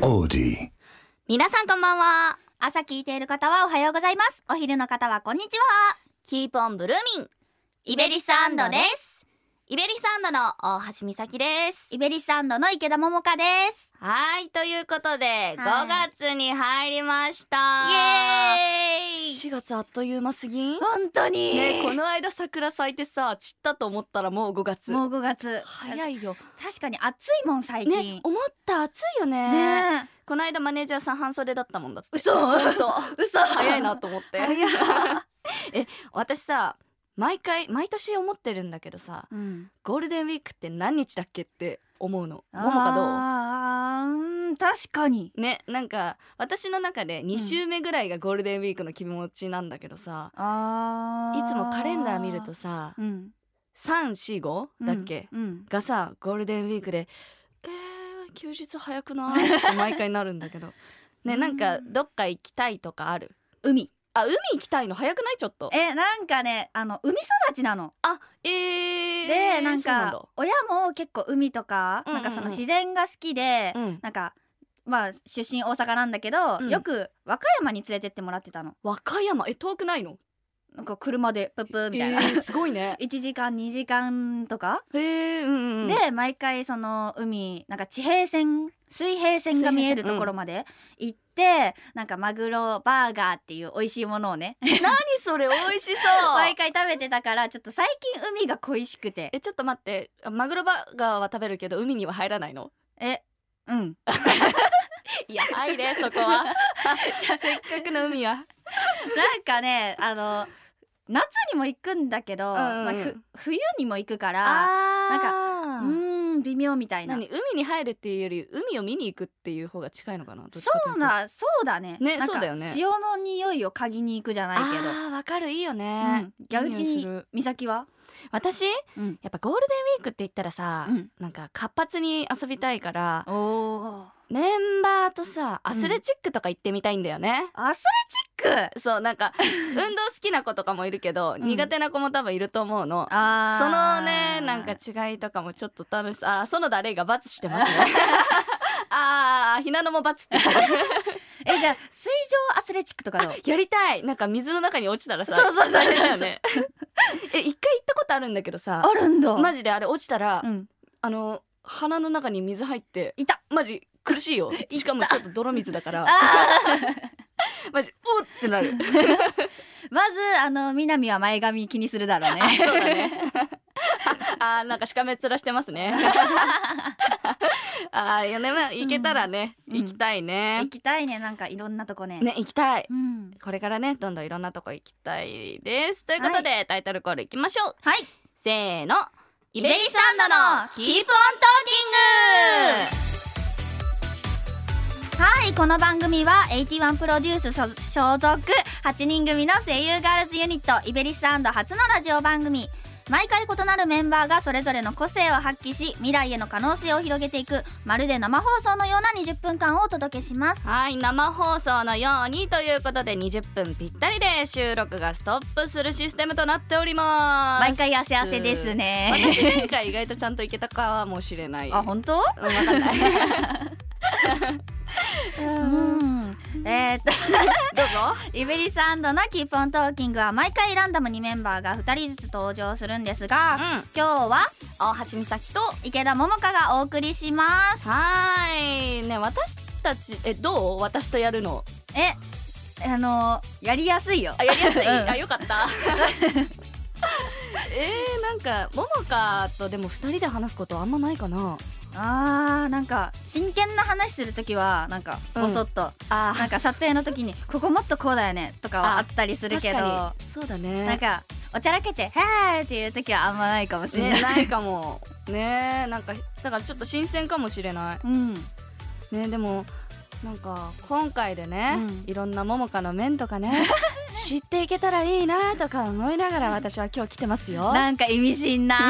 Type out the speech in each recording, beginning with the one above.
Audi。 皆さんこんばんは。朝聞いている方はおはようございます。お昼の方はこんにちは。キープオンブルーミンイベリスサンドです。イベリスサンドの大橋美咲です。 イベリスサンドの池田桃香です。 はい、ということで、5月に入りました。 イエーイ。 4月あっという間すぎん？ 本当にね、この間桜咲いてさ、散ったと思ったらもう5月。 もう5月。 早いよ。 確かに暑いもん最近。 ね、思った暑いよね。 ね。 この間マネージャーさん半袖だったもんだって。 嘘。 本当。 嘘。 早いなと思って。 早い。 私さ、毎年思ってるんだけどさ、ゴールデンウィークって何日だっけって思うの。ももかどう？ 確かにね、なんか私の中で2週目ぐらいがゴールデンウィークの気持ちなんだけどさ、いつもカレンダー見るとさ、345だっけ、がさゴールデンウィークで休日早くないって毎回なるんだけどね、なんかどっか行きたいとかある？ 海行きたいの早くない？ちょっとなんかね、海育ちなの。 で、 なんか親も結構海とか、なんかその自然が好きで、なんかまあ出身大阪なんだけど、よく和歌山に連れてってもらってたの。 和歌山？遠くないの？ なんか車でプップみたいな、 すごいね。 1時間2時間とかで毎回その海、なんか水平線が見えるところまで行って、なんかマグロバーガーっていう美味しいものをね何それ美味しそう毎回食べてたから、ちょっと最近海が恋しくて。 ちょっと待って、マグロバーガーは食べるけど海には入らないの？いや入れそこはせっかくの海はなんかね、夏にも行くんだけど、冬にも行くから、なんか微妙みたいな。 海に入るっていうより海を見に行くっていう方が近いのかな。 そうだね。 ね、そうだよね。 潮の匂いを嗅ぎに行くじゃないけど。 わかる、いいよね。 逆に美咲は？ 私、やっぱゴールデンウィークって言ったらさ、なんか活発に遊びたいから、メンバーとさアスレチックとか行ってみたいんだよね。 アスレチック？ そう、なんか運動好きな子とかもいるけど、苦手な子も多分いると思うの。そのね、なんか違いとかもちょっと楽しそう。園田レイがバツしてますねひなのもバツってじゃあ水上アスレチックとかどう？ やりたい。なんか水の中に落ちたらさ、 そうだよね一回行ったことあるんだけどさ。 あるんだ。 マジであれ落ちたら、鼻の中に水入っていた。 マジ苦しいよ。しかもちょっと泥水だからマジおってなるまず南は前髪気にするだろうね。 そうだねなんかしかめっ面してますね行けたらね、行きたいね。 行きたいね、なんかいろんなとこね。 行きたい、これからねどんどんいろんなとこ行きたいです。ということで、タイトルコールいきましょう。 はい、 せーの。 イベリスサンドのキープオントーキング。はい、この番組は81プロデュース所属8人組の声優ガールズユニットイベリスサンド初のラジオ番組。毎回異なるメンバーがそれぞれの個性を発揮し、未来への可能性を広げていく、まるで生放送のような20分間をお届けします。 はい、生放送のようにということで20分ぴったりで収録がストップするシステムとなっております。 毎回汗汗ですね。 私前回意外とちゃんといけたかもしれない。 あ、本当？ わかんないどうぞ。 イベリスサンドのキープオントーキングは毎回ランダムにメンバーが2人ずつ登場するんですが、今日は大橋美咲と池田桃香がお送りします。 はいね、私たちどう？私とやるのやりやすいよ。 やりやすい、よかったなんか桃香とでも2人で話すことあんまないかな。 なんか真剣な話するときはなんかボソッと、なんか撮影の時にここもっとこうだよねとかはあったりするけど、 そうだね、 なんかおちゃらけてへーっていう時はあんまないかもしれない、 ないかもね。なんかだからちょっと新鮮かもしれない、でもなんか今回でね、いろんな桃香の面とかね知っていけたらいいなとか思いながら私は今日来てますよ。 なんか意味深な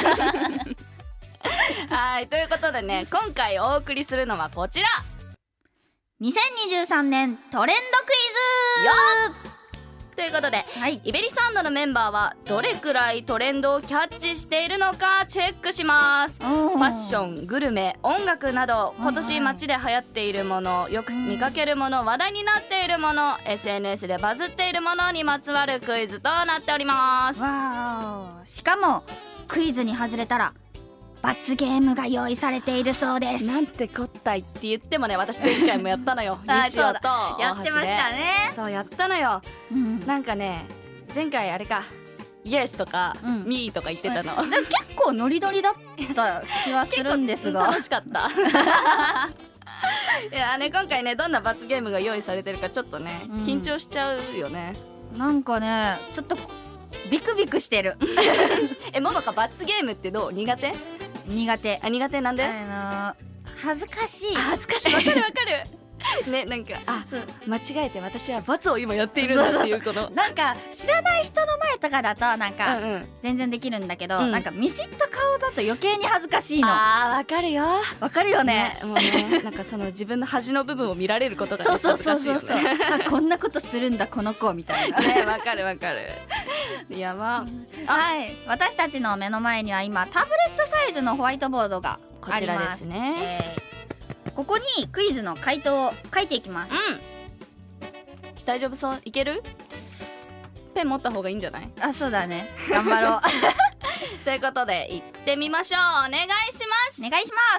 はい、ということでね、今回お送りするのはこちら、 2023年トレンドクイズ。 ということで、 はい、 イベリサンドのメンバーはどれくらいトレンドをキャッチしているのかチェックします。ファッション、グルメ、音楽など今年街で流行っているもの、よく見かけるもの、話題になっているもの、SNS でバズっているものにまつわるクイズとなっております。 わー、しかもクイズに外れたら罰ゲームが用意されているそうです。 なんてこったいって言ってもね、私前回もやったのよ西尾とやってましたね。 そうやったのよ、なんかね前回あれかイエスとか、ミーとか言ってたの、 でも結構ノリノリだった気はするんですが楽しかったいやね、今回ねどんな罰ゲームが用意されてるかちょっとね、緊張しちゃうよね。 なんかねちょっとビクビクしてるももか罰ゲームってどう？苦手？ 苦手。 苦手なんで？ 恥ずかしい。 恥ずかしい。わかるわかるね、なんかそう間違えて私は罰を今やっているんだっていうこと。 なんか知らない人の前とかだとなんか全然できるんだけど、なんか見知った顔だと余計に恥ずかしいの。 わかるよ。 わかるよね。 もうね、なんかその自分の恥の部分を見られることが恥ずかしいよね。 こんなことするんだこの子みたいなね、わかるわかる。やば。 はい、私たちの目の前には今タブレットサイズのホワイトボードがあります。こちらですね。ここにクイズの回答を書いていきます。 大丈夫そう？いける？ペン持った方がいいんじゃない？ あ、そうだね、頑張ろうということで行ってみましょう。お願いします。 お願いします。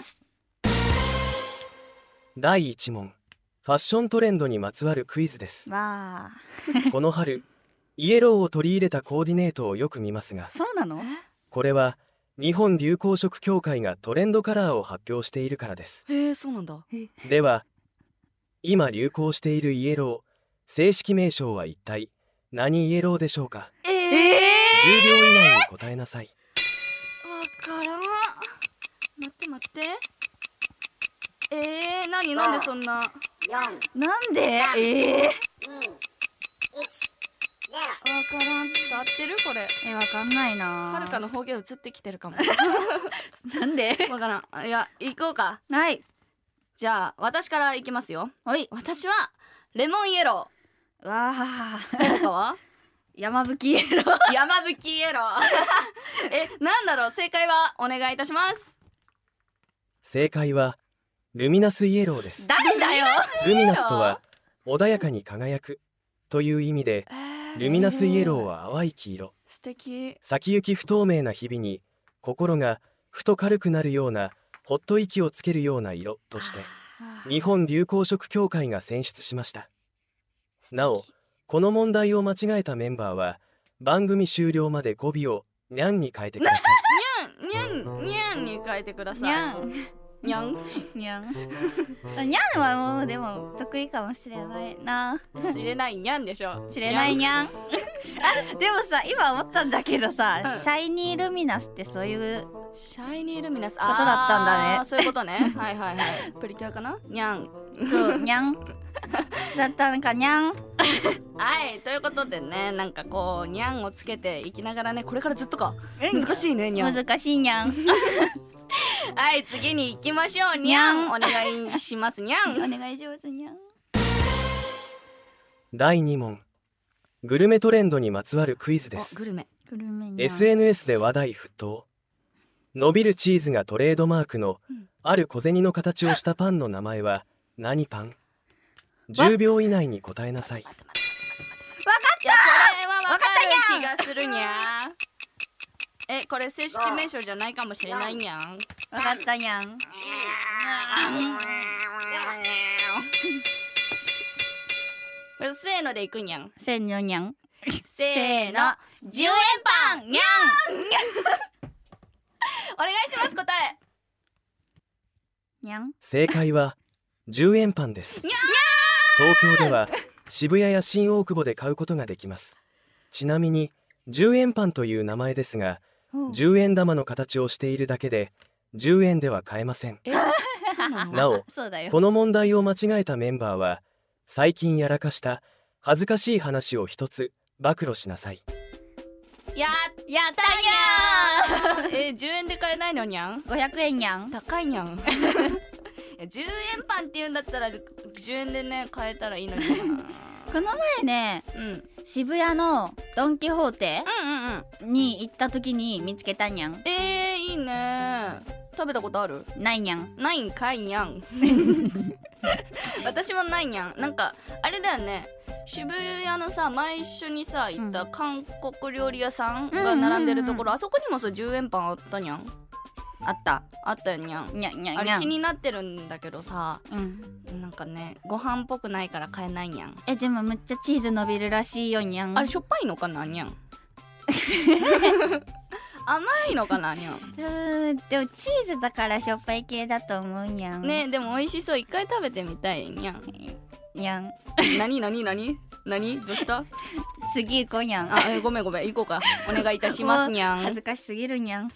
第1問、ファッショントレンドにまつわるクイズです。 わこの春イエローを取り入れたコーディネートをよく見ますが、 そうなの？ これは日本流行色協会がトレンドカラーを発表しているからです。 へえ、そうなんだ。 では今流行しているイエロー、正式名称は一体何イエローでしょうか？10秒以内に答えなさい。 わからん。待って待って。なんでそんな。 なんで？ わからん。ちょっと合ってるこれ。 わかんないな。 はるかの方言映ってきてるかもなんで？ わからん。いや、行こうか。 はい。 じゃあ私から行きますよ。 はい。 私はレモンイエロー。わあ。 他は山吹イエロー。 山吹イエローなんだろう。正解はお願いいたします。 正解はルミナスイエローです。 誰だよ。 ルミナスとは穏やかに輝くという意味で、ルミナスイエローは淡い黄色。 素敵。 先行き不透明な日々に心がふと軽くなるような、ほっと息をつけるような色として日本流行色協会が選出しました。なおこの問題を間違えたメンバーは番組終了まで語尾をにゃんに変えてください。 にゃんにゃんに変えてください。 にゃんにゃんにゃんにゃんはもうでも得意かもしれないな。 知れないにゃんでしょ。 知れないにゃんでもさ、今思ったんだけどさ、シャイニールミナスってそういうシャイニールミナスことだったんだね。 そういうことね。はいはいはい。プリキュアかな。にゃん。 そうにゃんだったのかにゃんはい、ということでね、なんかこうにゃんをつけていきながらね、これからずっとか難しいね。にゃん難しいにゃんはい、次に行きましょう。にゃんお願いします。にゃんお願いします。にゃん。 第2問、グルメトレンドにまつわるクイズです。 グルメ SNS で話題沸騰。伸びるチーズがトレードマークのある小銭の形をしたパンの名前は何パン？10秒以内に答えなさい。 わかった。 いや、これはわかる気がするにゃん。これ正式名称じゃないかもしれないにゃん。 わかったにゃん。 これせーのでいくにゃん。 せーのにゃん。 せーの、10円パンにゃんお願いします。答えにゃん。 正解は10円パンです。東京では渋谷や新大久保で買うことができます。ちなみに10円パンという名前ですが、10円玉の形をしているだけで10円では買えません。なおこの問題を間違えたメンバーは最近やらかした恥ずかしい話を一つ暴露しなさい。 やったにゃー10円で買えないのにゃん。 500円にゃん。 高いにゃん10円パンって言うんだったら10円でね買えたらいいのになこの前ね、 渋谷のドン・キホーテに行った時に見つけたにゃん。 いいね。食べたことある？ ないにゃん。 ないんかいにゃん。私もないにゃん。なんかあれだよね、渋谷のさ、前一緒にさ行った韓国料理屋さんが並んでるところ、あそこにもそう10円パンあったにゃん。 あったよにゃん。 にゃんにゃん。 あれ気になってるんだけどさ、なんかね、ご飯っぽくないから買えないにゃん。 でもめっちゃチーズ伸びるらしいよにゃん。 あれしょっぱいのかなにゃん。甘いのかなにゃん。 でもチーズだからしょっぱい系だと思うにゃんね。でも美味しそう。一回食べてみたいにゃん。 にゃん。 何どうした？ 次行こうにゃん。 ごめん行こうか。お願いいたしますにゃん。 恥ずかしすぎるにゃん。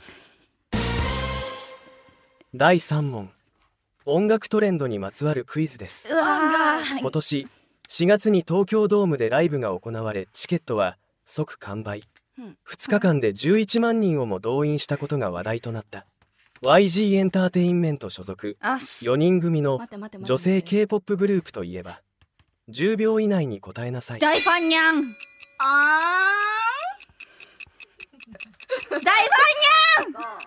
第3問、音楽トレンドにまつわるクイズです。今年4月に東京ドームでライブが行われ、チケットは即完売。2日間で11万人をも動員したことが話題となった YG エンターテインメント所属4人組の女性 K-POP グループといえば、10秒以内に答えなさい。 大ファンにゃん。大ファンにゃん。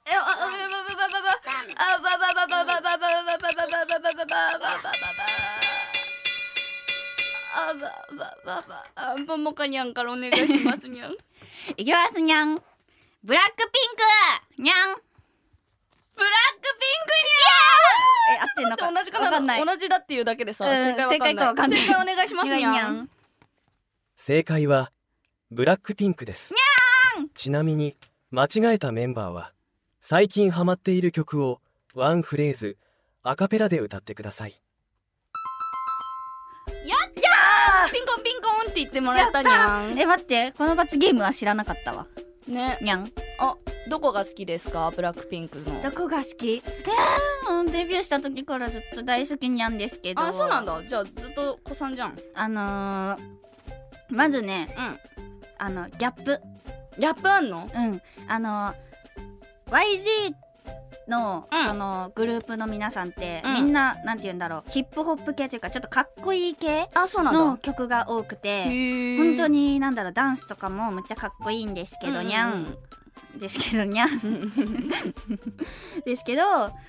ももかにゃんからお願いしますにゃん。 いきますにゃん。ブラックピンクにゃん。ブラックピンクにゃん。合ってんのか同じかな。 分かんない。 同じだっていうだけでさ、正解かわかんない。正解お願いしますにゃん。 正解はブラックピンクです。 にゃん。 ちなみに間違えたメンバーは最近ハマっている曲をワンフレーズアカペラで歌ってください。 やったー。ピンコンピンコンって言ってもらったにゃん。 待って、この罰ゲームは知らなかったわね。 にゃん。 どこが好きですか？ブラックピンクのどこが好き？デビューした時からずっと大好きにゃんですけど。 そうなんだ。じゃあずっと子さんじゃん。 まずね、ギャップあんの ？YG のそのグループの皆さんってみんななんて言うんだろう、ヒップホップ系というかちょっとかっこいい系の曲が多くて、本当になんだろう、ダンスとかもめっちゃかっこいいんですけどにゃんですけどにゃんですけど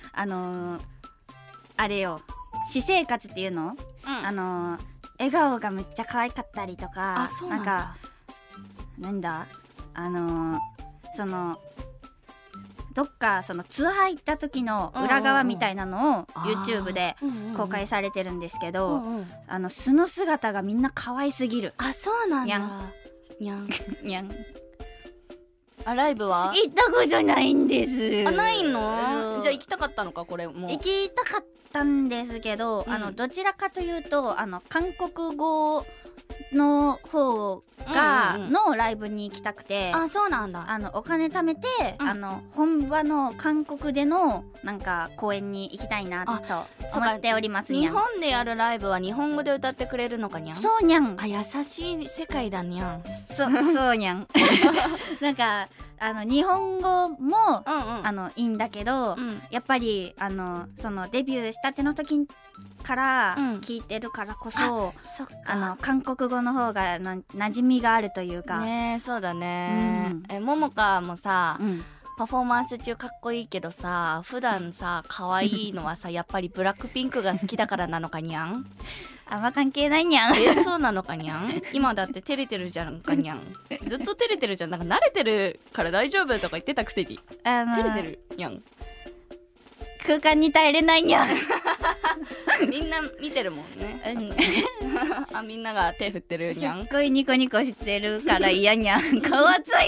あれよ、私生活っていうの、笑顔がめっちゃ可愛かったりとか、なんかなんだそのどっかそのツアー行った時の裏側みたいなのを YouTube で公開されてるんですけど、素の姿がみんな可愛すぎる。 そうなんだ。にゃんにゃん。ライブは行ったことないんです。 ないの？じゃあ行きたかったのか。これも行きたかったんですけど、どちらかというと韓国語の方のライブに行きたくて、 そうなんだ。 お金貯めて、本場の韓国でのなんか公演に行きたいなと思っておりますにゃん。 日本でやるライブは日本語で歌ってくれるのかにゃん。 そうにゃん。 優しい世界だにゃん。 そうにゃん。なんか日本語も、いいんだけど、やっぱりそのデビューしたての時から聞いてるからこそ、韓国語の方が馴染みがあるというかね。そうだね。ももかもさ、パフォーマンス中かっこいいけどさ、普段さ可愛いのはさやっぱりブラックピンクが好きだからなのかにゃん。 あんま関係ないにゃん。 そうなのかにゃん。今だって照れてるじゃんかにゃん。ずっと照れてるじゃん。なんか慣れてるから大丈夫とか言ってたくせに照れてるにゃん。 空間に耐えれないにゃん。 みんな見てるもんね。みんなが手振ってるにゃん。 すっごいニコニコしてるから嫌にゃん。顔熱い。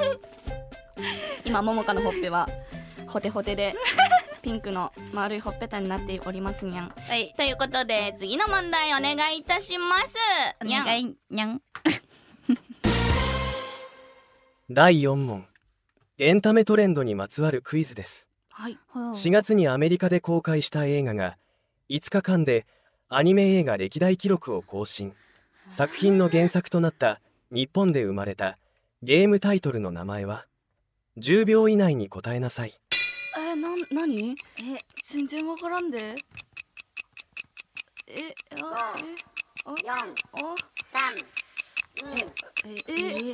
今ももかのほっぺはホテホテでピンクの丸いほっぺたになっておりますにゃん。ということで次の問題お願いいたします。 お願いにゃん。 第4問、エンタメトレンドにまつわるクイズです。4月にアメリカで公開した映画が5日間でアニメ映画歴代記録を更新。作品の原作となった日本で生まれたゲームタイトルの名前は？ 10 秒以内に答えなさい。 何？全然わからんで。 5、4、3、 違うわ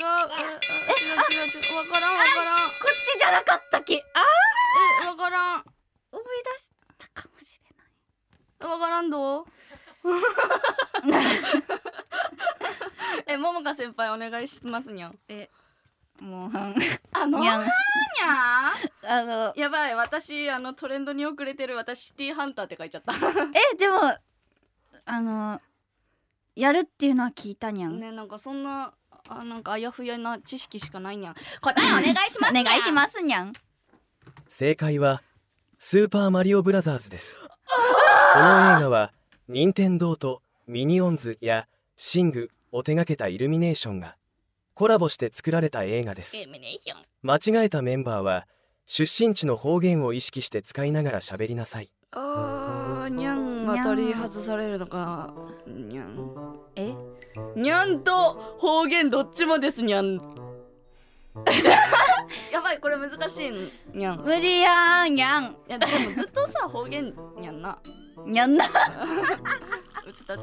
からんこっちじゃなかったっけ。 わからん。 思い出したかもしれない。 わからんどももか先輩お願いしますにゃん。 もうにゃんやばい、私トレンドに遅れてる。私シティハンターって書いちゃったでもやるっていうのは聞いたにゃんね。なんかそんななんかあやふやな知識しかないにゃん。答えお願いしますお願いしますにゃん。 正解はスーパーマリオブラザーズです。この映画は任天堂とミニオンズやシングを手掛けたイルミネーションがコラボして作られた映画です。間違えたメンバーは出身地の方言を意識して使いながら喋りなさい。 にゃんは取り外されるのか。にゃんにゃんと方言どっちもですにゃんやばい、これ難しいにゃん。 無理やんにゃん。 いやでもずっとさ方言にゃんなにゃんなうつた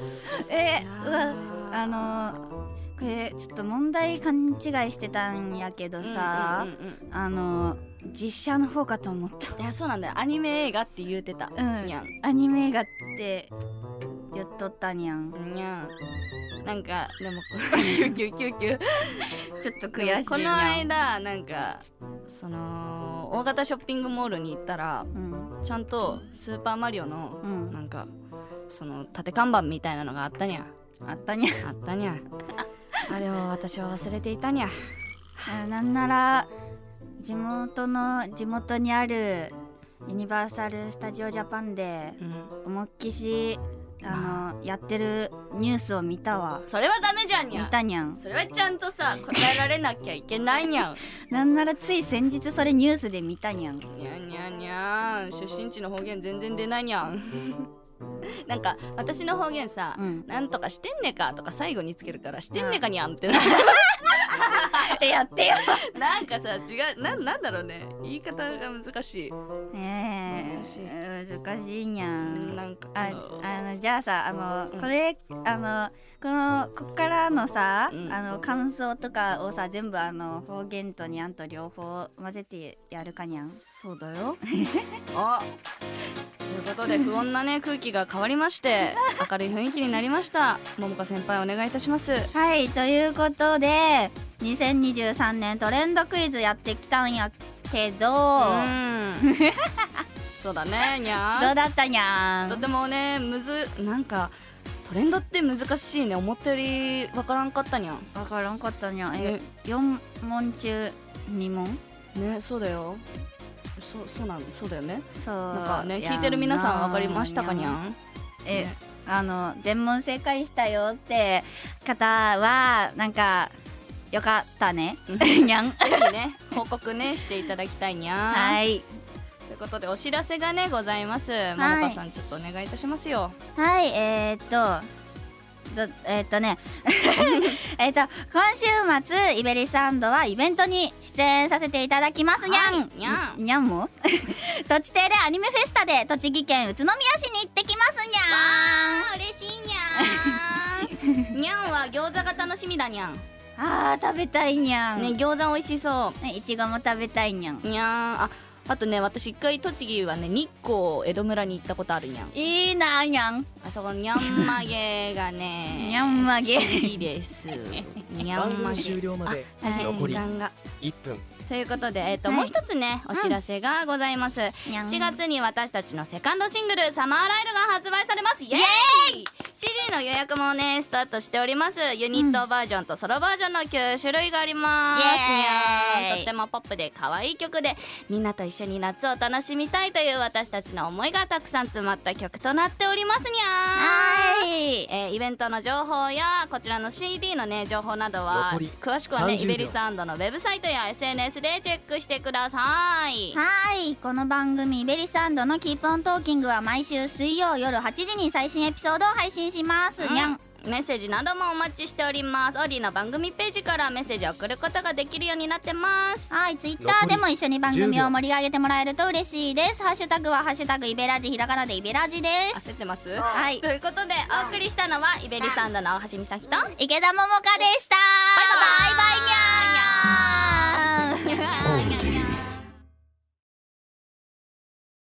これちょっと問題勘違いしてたんやけどさ、実写の方かと思った。 いやそうなんだよ、アニメ映画って言うてた、にゃん。 アニメ映画って言っとったにゃん。 にゃん。なんかでもキュちょっと悔しいにゃん。 この間なんかその大型ショッピングモールに行ったら、ちゃんとスーパーマリオの、なんかその縦看板みたいなのがあったにゃ。あったにゃあれを私は忘れていたにゃ。 なんなら地元にあるユニバーサル・スタジオ・ジャパンで、思いっきしやってるニュースを見たわ。 それはダメじゃんにゃ。 見たにゃん。 それはちゃんとさ答えられなきゃいけないにゃんなんならつい先日それニュースで見たにゃん。 にゃんにゃんにゃん。出身地の方言全然出ないにゃんなんか私の方言さ、なんとかしてんねかとか最後につけるからしてんねかにゃんってなやってよなんかさ違う、なんだろうね、言い方が難しい。 難しいにゃん。 なんかじゃあさこれこっからのさ、感想とかをさ全部方言とにゃんと両方混ぜてやるかにゃん。 そうだよあ、ということで不穏なね空気が変わりまして明るい雰囲気になりました。ももか先輩お願いいたします。 はい、ということで2023年トレンドクイズやってきたんやけどそうだねにゃん。 どうだったにゃん。 とてもねなんかトレンドって難しいね。思ったよりわからんかったにゃん。 わからんかったにゃん。4問中2問ね。そうだよ。そうだよね。 そうなんかね、聞いてる皆さんわかりましたかにゃん。 全問正解したよって方はなんかよかったねにゃん。ぜひね報告ねしていただきたいにゃん。 はい、 ということでお知らせがねございます。ももかさんちょっとお願いいたしますよ。 はい、今週末イベリサンドはイベントに出演させていただきますにゃん。にゃんもとち亭でアニメフェスタで栃木県宇都宮市に行ってきますにゃん。 嬉しいにゃんにゃんは餃子が楽しみだにゃん。 食べたいにゃんね。餃子美味しそう。 いちごも食べたいにゃん。 にゃん。あとね、私一回栃木はね日光江戸村に行ったことあるにゃん。 いいなにゃん。 あそこのにゃんまげがねにゃんまげいいですにゃんまげ。 終了まで残り1分ということで、もう一つねお知らせがございます。7月に私たちのセカンドシングルサマーライドが発売されます。イエーイ。 CD の予約もねスタートしております。ユニットバージョンとソロバージョンの9種類があります。とってもポップで可愛い曲で、みんなと一緒に夏を楽しみたいという私たちの思いがたくさん詰まった曲となっておりますにゃー。イベントの情報やこちらの CD のね情報などは詳しくはねイベリサンドのウェブサイトや SNS でチェックしてください。 はい、この番組イベリサンドのキープオントーキングは毎週水曜夜8時に最新エピソードを配信します。にゃんメッセージなどもお待ちしております。オーディの番組ページからメッセージを送ることができるようになってます。 はい、ツイッターでも一緒に番組を盛り上げてもらえると嬉しいです。ハッシュタグはハッシュタグイベラジ、ひらがなでイベラジです。 焦ってます。 はい、 ということでお送りしたのはイベリサンドの大橋美咲と池田桃香でした。バイバイ。バイバイにゃー。